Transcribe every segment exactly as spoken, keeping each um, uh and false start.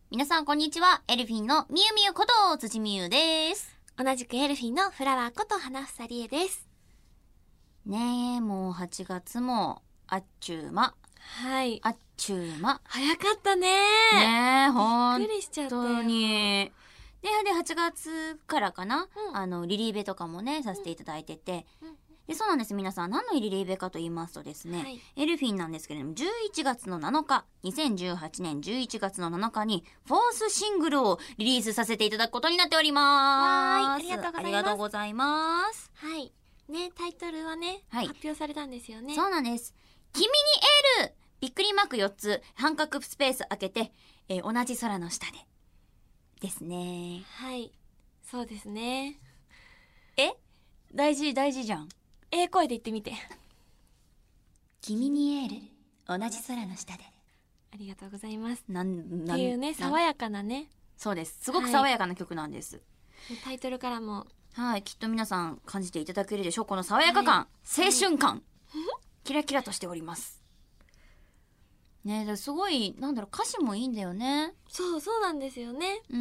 皆さんこんにちは。エルフィンのみゆみゆこと辻みゆです。 同じくエルフィンのフラワーこと花房理恵です。 ねえ、もうはちがつもあっちゅう間。 はい。 あっちゅう間。 早かったね。 ねえ、ほんびっくりしちゃったよ。 本当に。で、ではちがつからかな、 うん、 あのリリーベとかもねさせていただいてて、 うんうん、 でそうなんです。皆さん何のリリーベかと言いますとですね、はい、エルフィンなんですけれどもじゅういちがつのなのかにせんじゅうはちねんじゅういちがつのなのかにフォースシングルをリリースさせていただくことになっております。 はい、ありがとうございます。 ありがとうございます。 はいね、タイトルはね、はい、発表されたんですよね。 そうなんです。君にエール、びっくりマークよっつ、半角スペース開けて、えー、同じ空の下でですね。 はい、そうですね。 え大事大事じゃん。 ええ声で言ってみて。 君にエール、同じ空の下で。 ありがとうございます。 なんなんっていうね、爽やかなね。 そうです。すごく爽やかな曲なんです。はい、 タイトルからもはい、きっと皆さん感じていただけるでしょう。この爽やか感、はい、青春感、はい、キラキラとしておりますね。すごいなんだろう、歌詞もいいんだよね。 そうそうなんですよね。 うん、うん、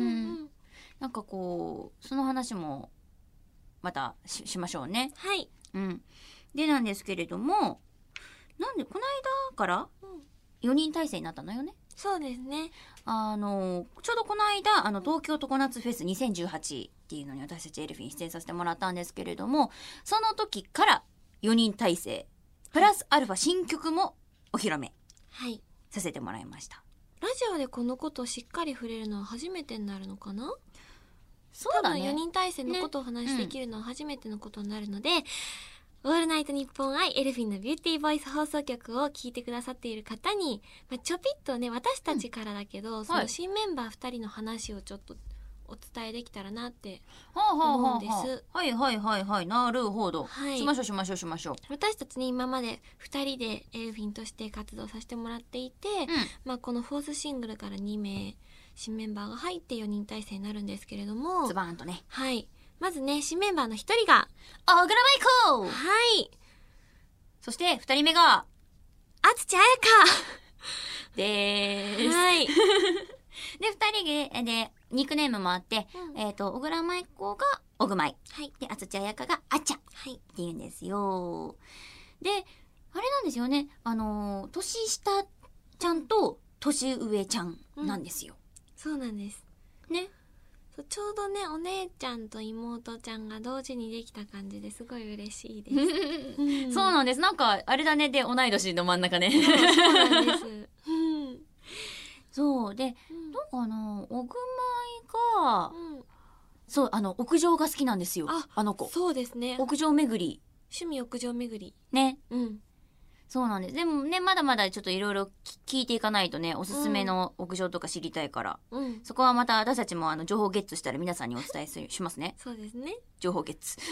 なんかこうその話もまた し, しましょうね。 はい、 うん、でなんですけれども、なんでこの間からよにん体制になったのよね。 そうですね。 あのちょうどこの間あの東京常夏フェスにせんじゅうはちっていうのに私たちエルフィン出演させてもらったんですけれども、その時からよにん体制プラスアルファ新曲もお披露目させてもらいました。 ラジオでこのことをしっかり触れるのは初めてになるのかな。 そうだね。 多分よにん体制のことをお話しできるのは初めてのことになるので、ね、うん、オールナイトニッポンアイエルフィンのビューティーボイス放送局を聞いてくださっている方に、まあ、ちょぴっとね私たちからだけど、うん、その新メンバーふたりの話をちょっとお伝えできたらなって思うんです。 はいはいはいはい、なるほど、はい、しましょうしましょうしましょう。 私たちね今までふたりでエルフィンとして活動させてもらっていて、うん、まあこのフォースシングルからにめい新メンバーが入ってよにん体制になるんですけれども、 ズバーンとね。 はい、まずね新メンバーのひとりが小倉舞子、 はい、 そしてふたりめがあつちあやかでーす。 はい。 でふたりででニックネームもあって、うん、えっ、ー、と小倉舞子がおぐまい、はい、であつちあやかがあちゃ、はい、って言うんですよ。であれなんですよね、あのー、年下ちゃんと年上ちゃんなんですよ。 うん、そうなんですね。 ちょうどねお姉ちゃんと妹ちゃんが同時にできた感じですごい嬉しいです。 うん、そうなんです。なんかあれだね、で同い年の真ん中ね。 そうなんです。 そうで、うん、なんかあのおぐまいが、うん、そうあの屋上が好きなんですよ。 あ, あの子そうですね、 屋上巡り、 趣味屋上巡りね。 うん、 そうなんです。でもねまだまだちょっといろいろ聞いていかないとね、おすすめの屋上とか知りたいから、うん、そこはまた私たちもあの情報ゲットしたら皆さんにお伝えすしますね。 そうですね、 情報ゲッツ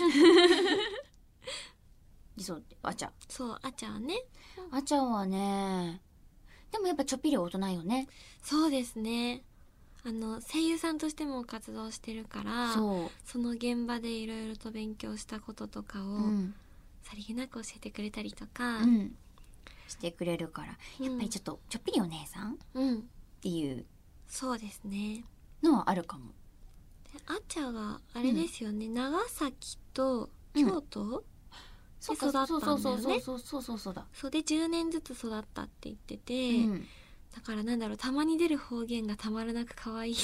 そうあちゃそうあちゃんはね、 あちゃんはねでもやっぱちょっぴり大人よね。 そうですね、あの声優さんとしても活動してるから、そうその現場でいろいろと勉強したこととかを、うん、さりげなく教えてくれたりとか、うん、してくれるから、やっぱりちょっとちょっぴりお姉さん、うん、っていうそうですねのはあるかも。 であちゃはあれですよね、うん、長崎と京都、うん、そう育ったんだよね。そうそうそうそうそうそうだ。そうでじゅうねんずつ育ったって言ってて、うん、だからなんだろう、たまに出る方言がたまらなく可愛いです。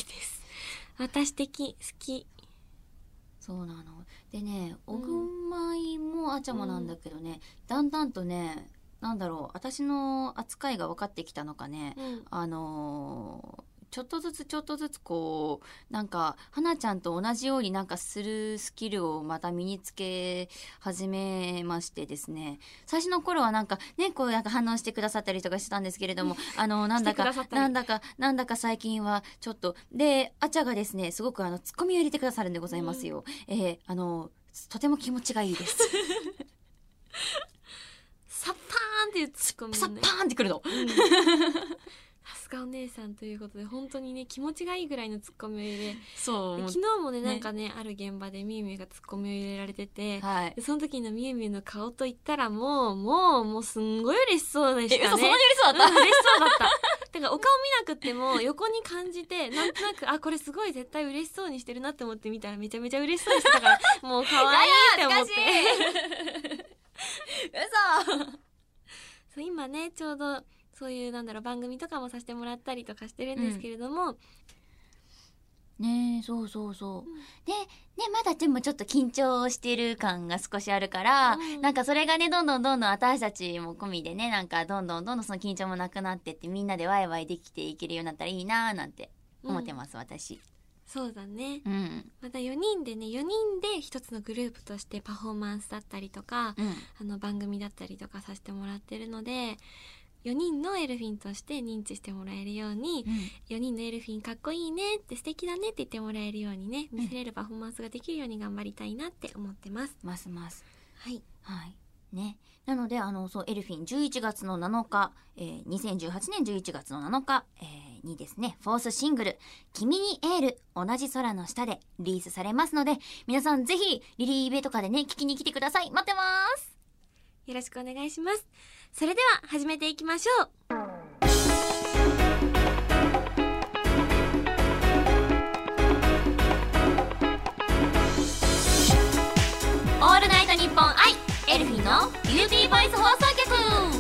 私的好き。 そうなのでね、おぐまいもあちゃもなんだけどね、うん、だんだんとねなんだろう、私の扱いが分かってきたのかね、うん、あのーちょっとずつちょっとずつこうなんか花ちゃんと同じようになんかするスキルをまた身につけ始めましてですね、最初の頃はなんかねこうなんか反応してくださったりとかしてたんですけれどもあのなんだかなんだかなんだか最近はちょっとであちゃがですねすごくあのツッコミを入れてくださるんでございますよ、うん、えー、あのとても気持ちがいいですサッパーンっていうツッコミ、ね、 サッパーンってくるの、うんさすがお姉さんということで本当にね気持ちがいいぐらいのツッコミを入れ、 そう昨日もねなんかねある現場でみゆみゆがツッコミを入れられてて、はい、その時のみゆみゆの顔といったらもうもうもうすんごい嬉しそうでしたね。 え、そんなに嬉しそうだった、 うん、嬉しそうだったてかお顔見なくっても横に感じてなんとなくあこれすごい絶対嬉しそうにしてるなって思って見たらめちゃめちゃ嬉しそうにしてたからもう可愛いって思って嘘そう今ねちょうどそういうなんだろう番組とかもさせてもらったりとかしてるんですけれども、 うん、ねそうそうそう、うん、でねまだでもちょっと緊張してる感が少しあるから、うん、なんかそれがねどんどんどんどん私たちも込みでねなんかどんどんどんどんその緊張もなくなってってみんなでワイワイできていけるようになったらいいなーなんて思ってます、うん、私。 そうだね、 うん、 またよにんでねよにんで一つのグループとしてパフォーマンスだったりとか、うん、あの番組だったりとかさせてもらってるのでよにんのエルフィンとして認知してもらえるように、うん、よにんのエルフィンかっこいいねって素敵だねって言ってもらえるようにね見せれるパフォーマンスができるように頑張りたいなって思ってます。 ますますはいはいね、なのであのそうエルフィンじゅういちがつのなのか、えー、にせんじゅうはちねんじゅういちがつのなのか、えー、にですねフォースシングル「君にエール同じ空の下」でリリースされますので皆さんぜひリリーベとかでね聞きに来てください。待ってます。 よろしくお願いします。それでは始めていきましょう。 オールナイトニッポン愛エルフィンのビューティーボイス放送局。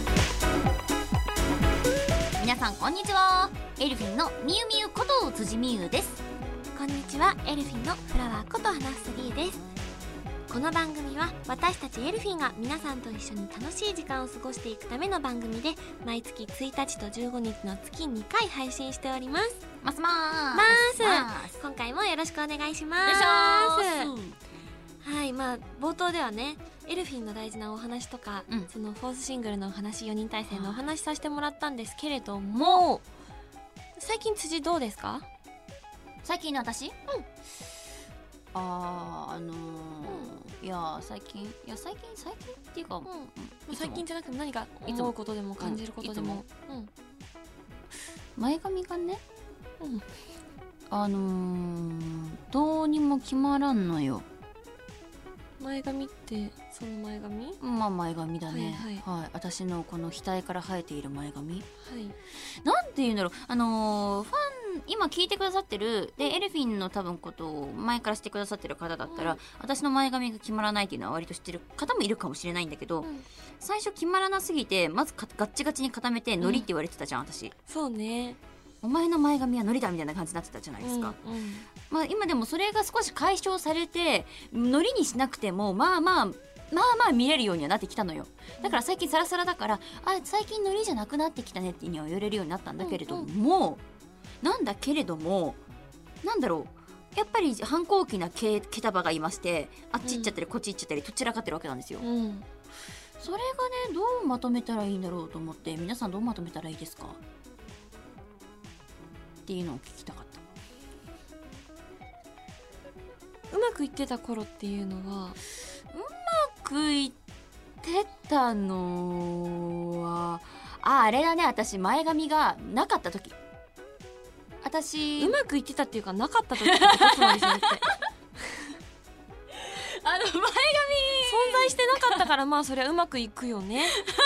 皆さんこんにちは。エルフィンのみゆみゆこと辻みゆです。 こんにちは。エルフィンのフラワーこと花房りえです。この番組は私たちエルフィンが皆さんと一緒に楽しい時間を過ごしていくための番組で毎月ついたちとじゅうごにちの月にかい配信しております。 ますまーすます今回もよろしくお願いします。はい、まあ冒頭ではねエルフィンの大事なお話とか、うん、そのフォースシングルのお話よにん体制のお話させてもらったんですけれども、最近辻どうですか？ 最近の私？うん。あーあのーうん、いや最近いや最近最近っていうか、うんうん、最近じゃなくて何か思うことでも感じることでも、うん、 前髪がね、うん、あのー、どうにも決まらんのよ。 前髪ってその前髪？ まあ前髪だね、はいはいはい、私のこの額から生えている前髪、はい、なんて言うんだろう、あのー、ファン今聞いてくださってるでエルフィンの多分ことを前からしてくださってる方だったら、うん、私の前髪が決まらないっていうのは割と知ってる方もいるかもしれないんだけど、うん、最初決まらなすぎてまずガッチガチに固めてノリって言われてたじゃん、うん、私。 そうね、 お前の前髪はノリだみたいな感じになってたじゃないですか、うんうん、まあ、今でもそれが少し解消されてノリにしなくてもまあまあまあまあ見れるようにはなってきたのよ。だから最近サラサラだからあ最近ノリじゃなくなってきたねってには言われるようになったんだけれども、うんうん、なんだけれどもなんだろうやっぱり反抗期な毛毛束がいましてあっち行っちゃったりこっち行っちゃったりどちらかってるわけなんですよ、うん、それがねどうまとめたらいいんだろうと思って皆さんどうまとめたらいいですかっていうのを聞きたかった。 うまくいってた頃っていうのはうまくいってたのはああれだね、私前髪がなかった時私うまくいってたっていうかなかった時ってことなんですよってあの前髪存在してなかったからまあそりゃうまくいくよね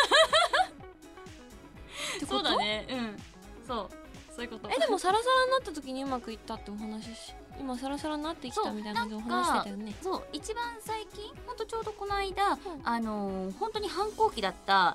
ってこと？そうだね、うんそうそういうこと。 えでもサラサラになった時にうまくいったってお話し今サラサラになってきたみたいな感じでお話してたよね。 そう一番最近ほんとちょうどこの間、うん、あのー、本当に反抗期だった、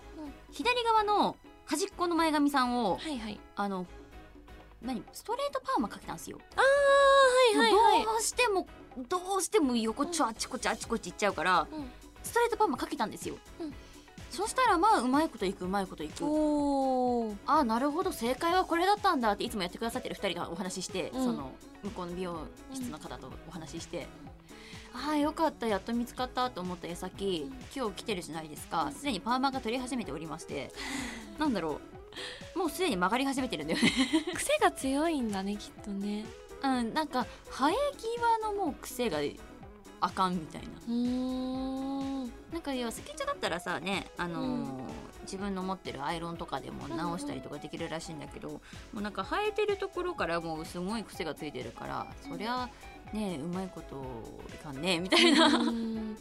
うん、左側の端っこの前髪さんを、はいはい、あの何ストレートパーマかけたんですよ。 あーはいはいはい。 どうしてもどうしても横ちょあちこちあちこちいっちゃうから、うん、ストレートパーマかけたんですよ、うん、そしたらまあうまいこといくうまいこといくおあなるほど正解はこれだったんだっていつもやってくださってるふたりがお話しして、うん、その向こうの美容室の方とお話しして、うん、ああよかったやっと見つかったと思った矢先、うん、今日来てるじゃないですか。すでにパーマが取り始めておりましてなんだろうもうすでに曲がり始めてるんだよね癖が強いんだねきっとね。 うんなんか生え際のもう癖があかんみたいな。うーんなんか要は先っちょだったらさねあのーうん、自分の持ってるアイロンとかでも直したりとかできるらしいんだけど、うんうん、もうなんか生えてるところからもうすごい癖がついてるからそりゃねうまいこといかんねみたいな。うん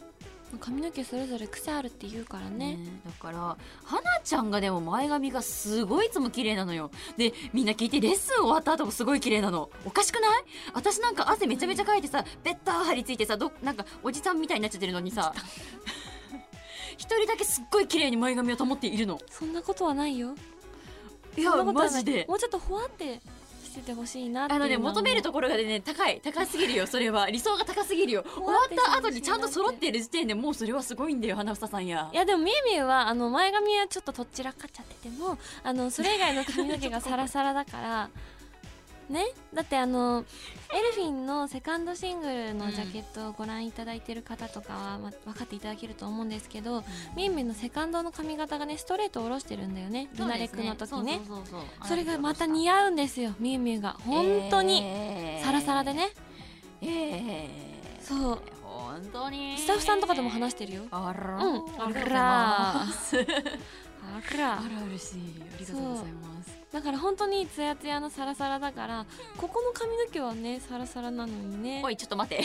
髪の毛それぞれ癖あるって言うからね。 ねだから花ちゃんがでも前髪がすごいいつも綺麗なのよ。でみんな聞いて、レッスン終わった後もすごい綺麗なの。おかしくない？私なんか汗めちゃめちゃかいてさ、ベッター張り付いてさ、どなんかおじさんみたいになっちゃってるのにさ一人だけすっごい綺麗に前髪を保っているの。 そんなことはないよ。 いやマジでもうちょっとほわってしててほしいなっていう。 あのね、求めるところがね高い高すぎるよ。それは理想が高すぎるよ。終わった後にちゃんと揃っている時点でもうそれはすごいんだよ、花房さんや。 いやでもみゆみゆはあの前髪はちょっととっちらかっちゃってても、あのそれ以外の髪の毛がサラサラだからね。だってあのエルフィンのセカンドシングルのジャケットをご覧いただいてる方とかは、ま、分かっていただけると思うんですけど、うん、みゆみゆのセカンドの髪型がねストレートを下ろしてるんだよね、ルナレクの時ね。それがまた似合うんですよ、みゆみゆが本当に、えー、サラサラでね。えー、そう本当にスタッフさんとかでも話してるよ。 あら、 うん、あらあらあら嬉しい、ありがとうございます。 だから本当にツヤツヤのサラサラだから、ここの髪の毛はねサラサラなのにね。 おいちょっと待って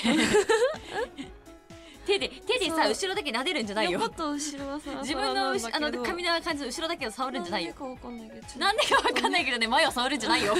手で手でさ後ろだけ撫でるんじゃないよ。 横と後ろはサラサラなんだけど、 自分のあの髪の感じの後ろだけを触るんじゃないよ。 なんでかわかんないけど、 なんでかわかんないけどね、前を触るんじゃないよ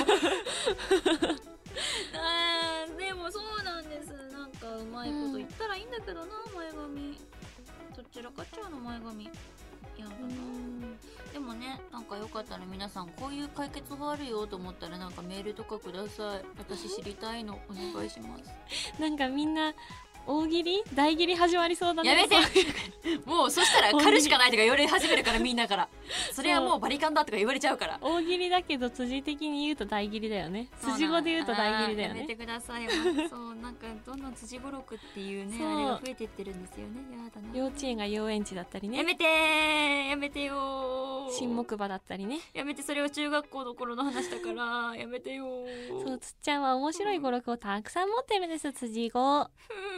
あーでもそうなんです。なんかうまいこと言ったらいいんだけどな、前髪どちらかっちゃうの前髪やだな。でもね、なんかよかったら皆さんこういう解決法あるよと思ったらなんかメールとかください。私知りたいの、お願いしますなんかみんな大喜利大喜利始まりそうだね。 やめてもうそしたら狩るしかないとか言われ始めるからみんなからそれはもうバリカンだとか言われちゃうから。 大喜利だけど辻的に言うと大喜利だよね。辻語で言うと大喜利だよね。 やめてくださいそうなんかどんどん辻語録っていうねあれが増えてってるんですよね。やだな。 幼稚園が遊園地だったりね。 やめてーやめてよー。 新木馬だったりね。 やめて、それは中学校の頃の話だからやめてよー。 そう、つっちゃんは面白い語録をたくさん持ってるんです、辻語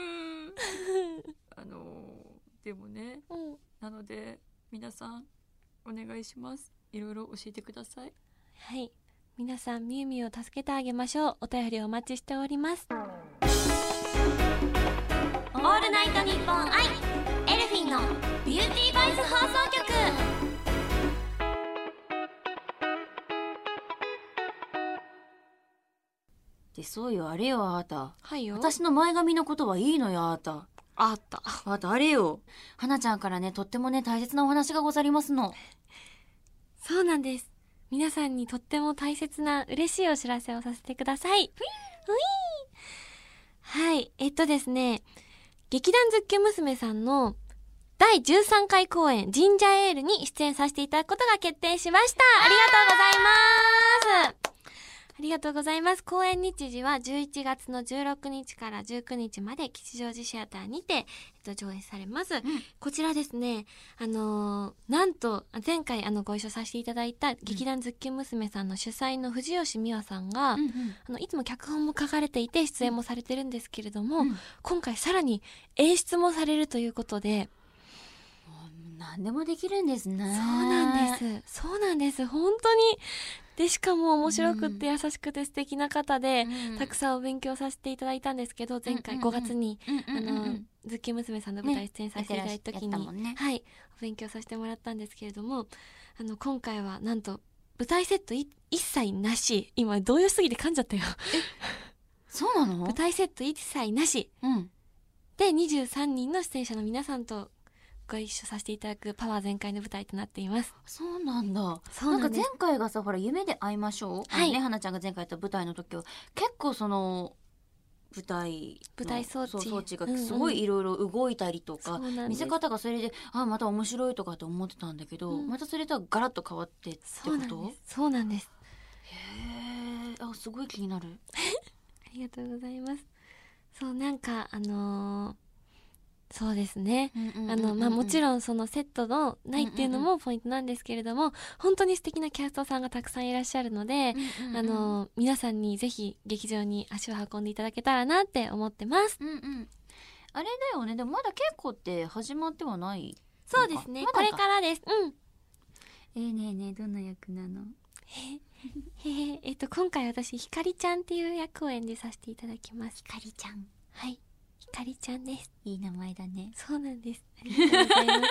あのー、でもね、うん、なので皆さんお願いします。いろいろ教えてください。 はい、皆さんみゆみゆを助けてあげましょう。お便りお待ちしております。 オールナイトニッポンアイエルフィンのビューティーバイス放送局。でそうよ、あれよあーた。 はいよ。 私の前髪のことはいいのよあーた。 あった。 あーたあれよ。花ちゃんからねとってもね大切なお話がござりますの。 そうなんです。皆さんにとっても大切な嬉しいお知らせをさせてください。はい、えっとですね、劇団ズッキュン娘さんのだいじゅうさんかい公演ジンジャーエールに出演させていただくことが決定しました。ありがとうございます。ありがとうございます。公演日時はじゅういちがつのじゅうろくにちからじゅうくにちまで吉祥寺シアターにて、えっと、上演されます、うん、こちらですね、あのー、なんと前回あのご一緒させていただいた劇団ズッキュン娘さんの主催の藤吉美和さんが、うんうん、あのいつも脚本も書かれていて出演もされてるんですけれども、うん、今回さらに演出もされるということで、 何でもできるんですね。そうなんです。そうなんです。本当に。で、しかも面白くって優しくて素敵な方で、うん、たくさんお勉強させていただいたんですけど、前回ごがつに、あの、ズッキュン娘さんの舞台出演させていただいた時に、ねね、はい、お勉強させてもらったんですけれども、あの、今回はなんと、舞台セット一切なし、今動揺すぎて噛んじゃったよ。え、 そうなの？ 舞台セット一切なし。うん。で、にじゅうさんにんの出演者の皆さんと、ご一緒させていただくパワー全開の舞台となっています。 そうなんだ。そうなんです。なんか前回がさ、ほら夢で会いましょう、はい、ね、花ちゃんが前回やった舞台の時は結構その舞台舞台装置装置がすごいいろいろ動いたりとか、うんうん、見せ方がそれであまた面白いとかと思ってたんだけど、うん、またそれとはガラッと変わってってこと？ そうなんです。 へー、あ、すごい気になるありがとうございます。そう、なんかあのーそうですね。あの、まあ、もちろんそのセットのないっていうのもポイントなんですけれども、本当に素敵なキャストさんがたくさんいらっしゃるので、うんうんうん、あの、皆さんにぜひ劇場に足を運んでいただけたらなって思ってます。 うんうん。あれだよね。でもまだ稽古って始まってはない？ そうですね。これからです。うん。 えー、ねえねえ、どんな役なの？ へへへ、えっと、今回私、ひかりちゃんっていう役を演じさせていただきます。 ひかりちゃん。 はい。 ひかりちゃんです。 いい名前だね。 そうなんです。ありがとうございます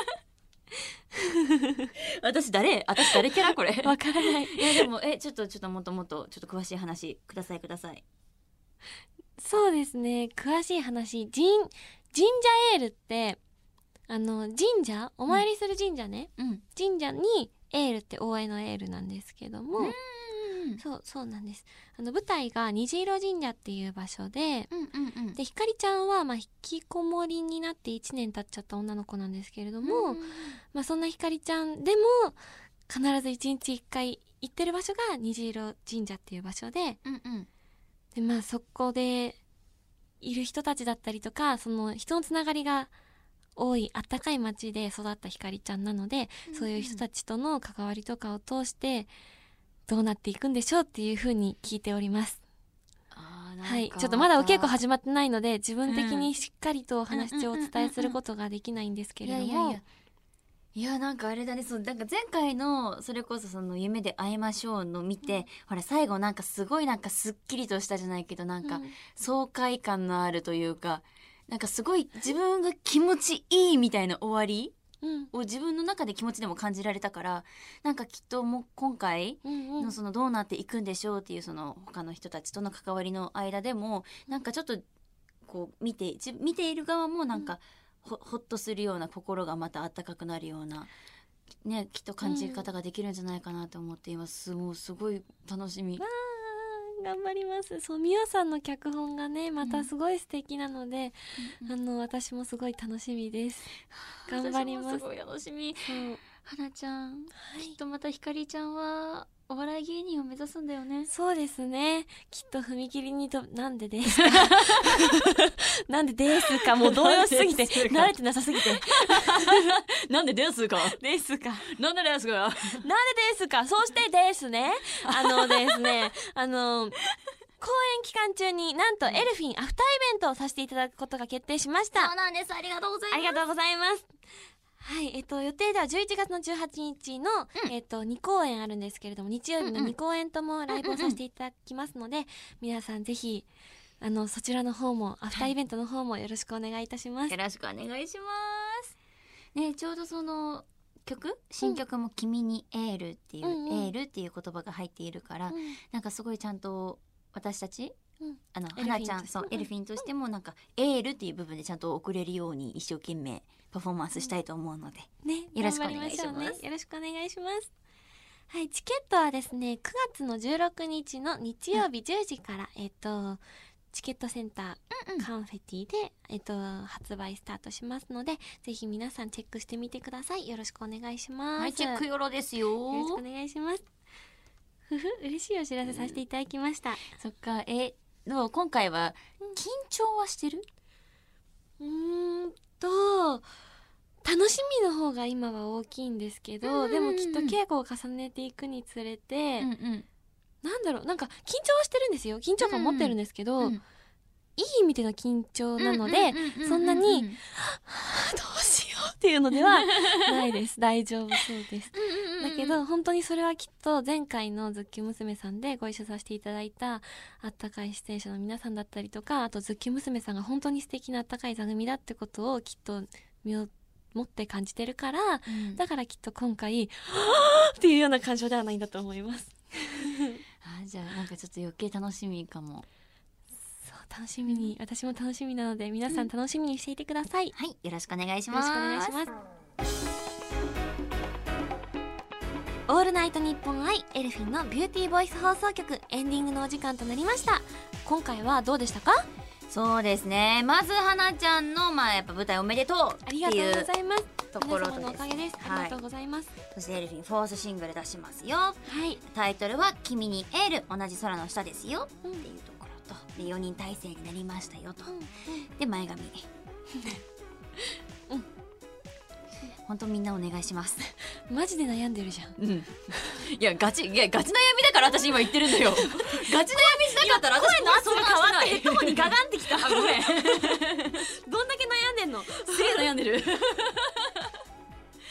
私誰私誰キャラこれわからない。 いやでもえちょっとちょっともっともっとちょっと詳しい話くださいください。 そうですね、詳しい話、神神社エールってあの神社お参りする神社ね、うん、神社にエールって大江のエールなんですけども、うんそうそうなんです。あの舞台が虹色神社っていう場所で、うんうんうん、でひかりちゃんはまあ引きこもりになっていちねん経っちゃった女の子なんですけれども、うん、まあそんなひかりちゃんでも必ずいちにちいっかい行ってる場所が虹色神社っていう場所で、うんうん、でまあそこでいる人たちだったりとか、その人のつながりが多いあったかい町で育ったひかりちゃんなので、うんうん、そういう人たちとの関わりとかを通してどうなっていくんでしょうっていう風に聞いております。あーなんかはい、ちょっとまだお稽古始まってないので自分的にしっかりとお話をお伝えすることができないんですけれども、 いやなんかあれだね、そうなんか前回のそれこそその夢で会いましょうの見て、うん、ほら最後なんかすごいなんかすっきりとしたじゃないけどなんか爽快感のあるというか、なんかすごい自分が気持ちいいみたいな終わりを自分の中で気持ちでも感じられたから、なんかきっともう今回のそのどうなっていくんでしょうっていうその他の人たちとの関わりの間でもなんかちょっとこう見て見ている側もなんかほ, ほっとするような、心がまた温かくなるようなね、きっと感じ方ができるんじゃないかなと思っています。もうすごい楽しみ。 頑張ります。そう、みおさんの脚本がねまたすごい素敵なので、うん、あの私もすごい楽しみです。頑張ります。 私もすごい楽しみ。はなちゃん、はい、きっとまたひかりちゃんはお笑い芸人を目指すんだよね。 そうですね、きっと踏切にとなんでですかなんでですか、もう動揺しすぎて慣れてなさすぎてなんでですかですかなんでですかなんでですかそしてですねあのですねあの公演期間中になんとエルフィンアフターイベントをさせていただくことが決定しました。 そうなんです。ありがとうございます。 ありがとうございます。はい、えっと予定ではじゅういちがつのじゅうはちにちの、うん、えっとにこうえんあるんですけれども、日曜日のにこうえんともライブをさせていただきますので、うんうん、皆さんぜひあのそちらの方もアフターイベントの方もよろしくお願いいたします。 よろしくお願いします。ね、ちょうどその曲新曲も君にエールっていう、うんうん、エールっていう言葉が入っているから、うん、なんかすごいちゃんと私たち、うん、あのはなちゃん、そうエルフィンとしてもなんかエールっていう部分でちゃんと送れるように一生懸命パフォーマンスしたいと思うので、 うん、ね、 よろしくお願いします、 ね、よろしくお願いします。はい、チケットはですねくがつのじゅうろくにちの日曜日じゅうじから、うん、えっとチケットセンター、うんうん、カンフェティで、えっと、発売スタートしますので、ぜひ皆さんチェックしてみてください。よろしくお願いします。 はい、チェックよろですよ。 よろしくお願いします。ふふ、嬉しいお知らせさせていただきました。 そっか、えどう今回は緊張はしてる？ うーんと楽しみの方が今は大きいんですけど、うんうんうん、でもきっと稽古を重ねていくにつれて、うんうん、なんだろう、なんか緊張はしてるんですよ。緊張感持ってるんですけど、うんうん、いい意味での緊張なので、そんなにどうしようっていうのではないです。大丈夫そうです。だけど本当にそれはきっと前回のズッキュン娘さんでご一緒させていただいたあったかい出演者の皆さんだったりとか、あとズッキュン娘さんが本当に素敵なあったかい座組だってことをきっと身を持って感じてるから、うん、だからきっと今回はぁっていうような感情ではないんだと思いますあ、じゃあなんかちょっと余計楽しみかも。 そう楽しみに、うん、私も楽しみなので皆さん楽しみにしていてください、うん、 はい、よろしくお願いします。 よろしくお願いします。オールナイトニッポンアイエルフィンのビューティーボイス放送局エンディングのお時間となりました。今回はどうでしたか？ そうですね、まずはなちゃんの、まあ、やっぱ舞台おめでとうっていうありがとうございますところとです、 皆様のおかげです、はい、ありがとうございます。 そしてエルフィンフォースシングル出しますよ、はい、タイトルは君にエール同じ空の下ですよ、うん、っていうところとでよにん体制になりましたよと、うんうん、で前髪うん本当みんなお願いしますマジで悩んでるじゃん、うん、 いやガチいやガチ悩みだから私今言ってるんだよガチ悩みしなかったら私声の圧が変わってヘッドホンにガガンってきたごめんどんだけ悩んでんのすげえ悩んでる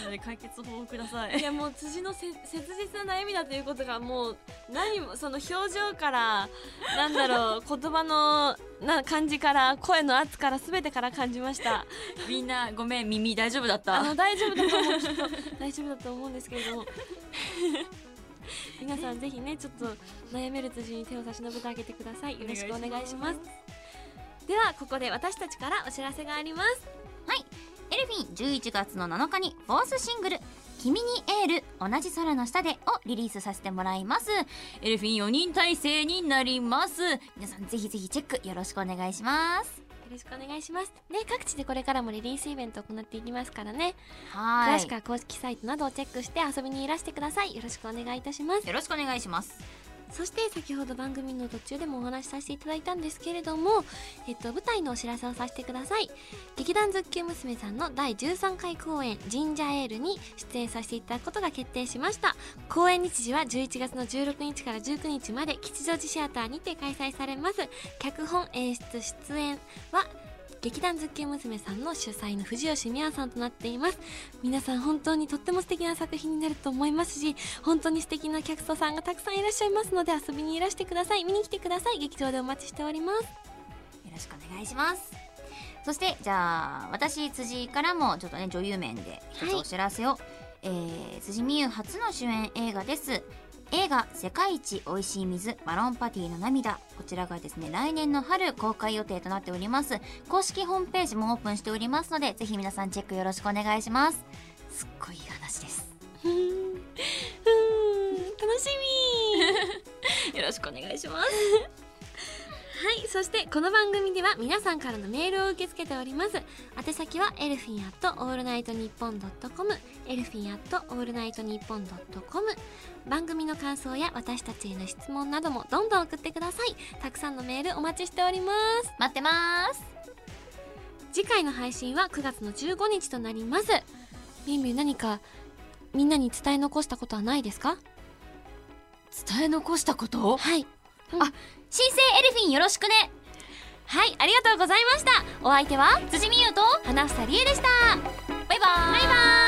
ので解決法をください。 いやもう辻のせ切実な悩みだということがもう何もその表情からなんだろう言葉のな感じから声の圧から全てから感じました。 みんなごめん、耳大丈夫だった？ あの大丈夫だと思う、きっと大丈夫だと思うんですけれども皆さんぜひねちょっと悩める辻に手を差し伸べてあげてください。よろしくお願いします。ではここで私たちからお知らせがあります。 はい、エルフィンじゅういちがつのなのかにフォースシングル「君にエール同じ空の下で」をリリースさせてもらいます。エルフィンよにん体制になります。皆さんぜひぜひチェックよろしくお願いします。 よろしくお願いします。ね、各地でこれからもリリースイベントを行っていきますからね。 はい。 詳しくは公式サイトなどをチェックして遊びにいらしてください。よろしくお願いいたします。 よろしくお願いします。 そして先ほど番組の途中でもお話しさせていただいたんですけれども、えっと、舞台のお知らせをさせてください。劇団ズッキュン娘さんのだいじゅうさんかい公演ジンジャーエールに出演させていただくことが決定しました。公演日時はじゅういちがつのじゅうろくにちからじゅうくにちまで吉祥寺シアターにて開催されます。脚本演出出演は劇団ズッキュン娘さんの主催の藤吉美和さんとなっています。皆さん本当にとっても素敵な作品になると思いますし、本当に素敵なキャストさんがたくさんいらっしゃいますので遊びにいらしてください。見に来てください。劇場でお待ちしております。よろしくお願いします。そしてじゃあ私辻からもちょっとね女優面で一つお知らせを、はい、えー、辻美優初の主演映画です。映画世界一おいしい水マロンパティの涙、こちらがですね来年の春公開予定となっております。公式ホームページもオープンしておりますのでぜひ皆さんチェックよろしくお願いします。すっごいいい話です。 ふーんふーん楽しみよろしくお願いしますはい、そしてこの番組では皆さんからのメールを受け付けております。宛先はエルフィンアットオールナイトニッポンドットコム、エルフィンアットオールナイトニッポンドットコム。番組の感想や私たちへの質問などもどんどん送ってください。たくさんのメールお待ちしております。 待ってます。 次回の配信はくがつのじゅうごにちとなります。みんみん何かみんなに伝え残したことはないですか？ 伝え残したこと？ はい、 うん、あ、新生エルフィンよろしくね。 はい、ありがとうございました。お相手は辻美優と花房理恵でした。 バイバーイ。 バイバーイ。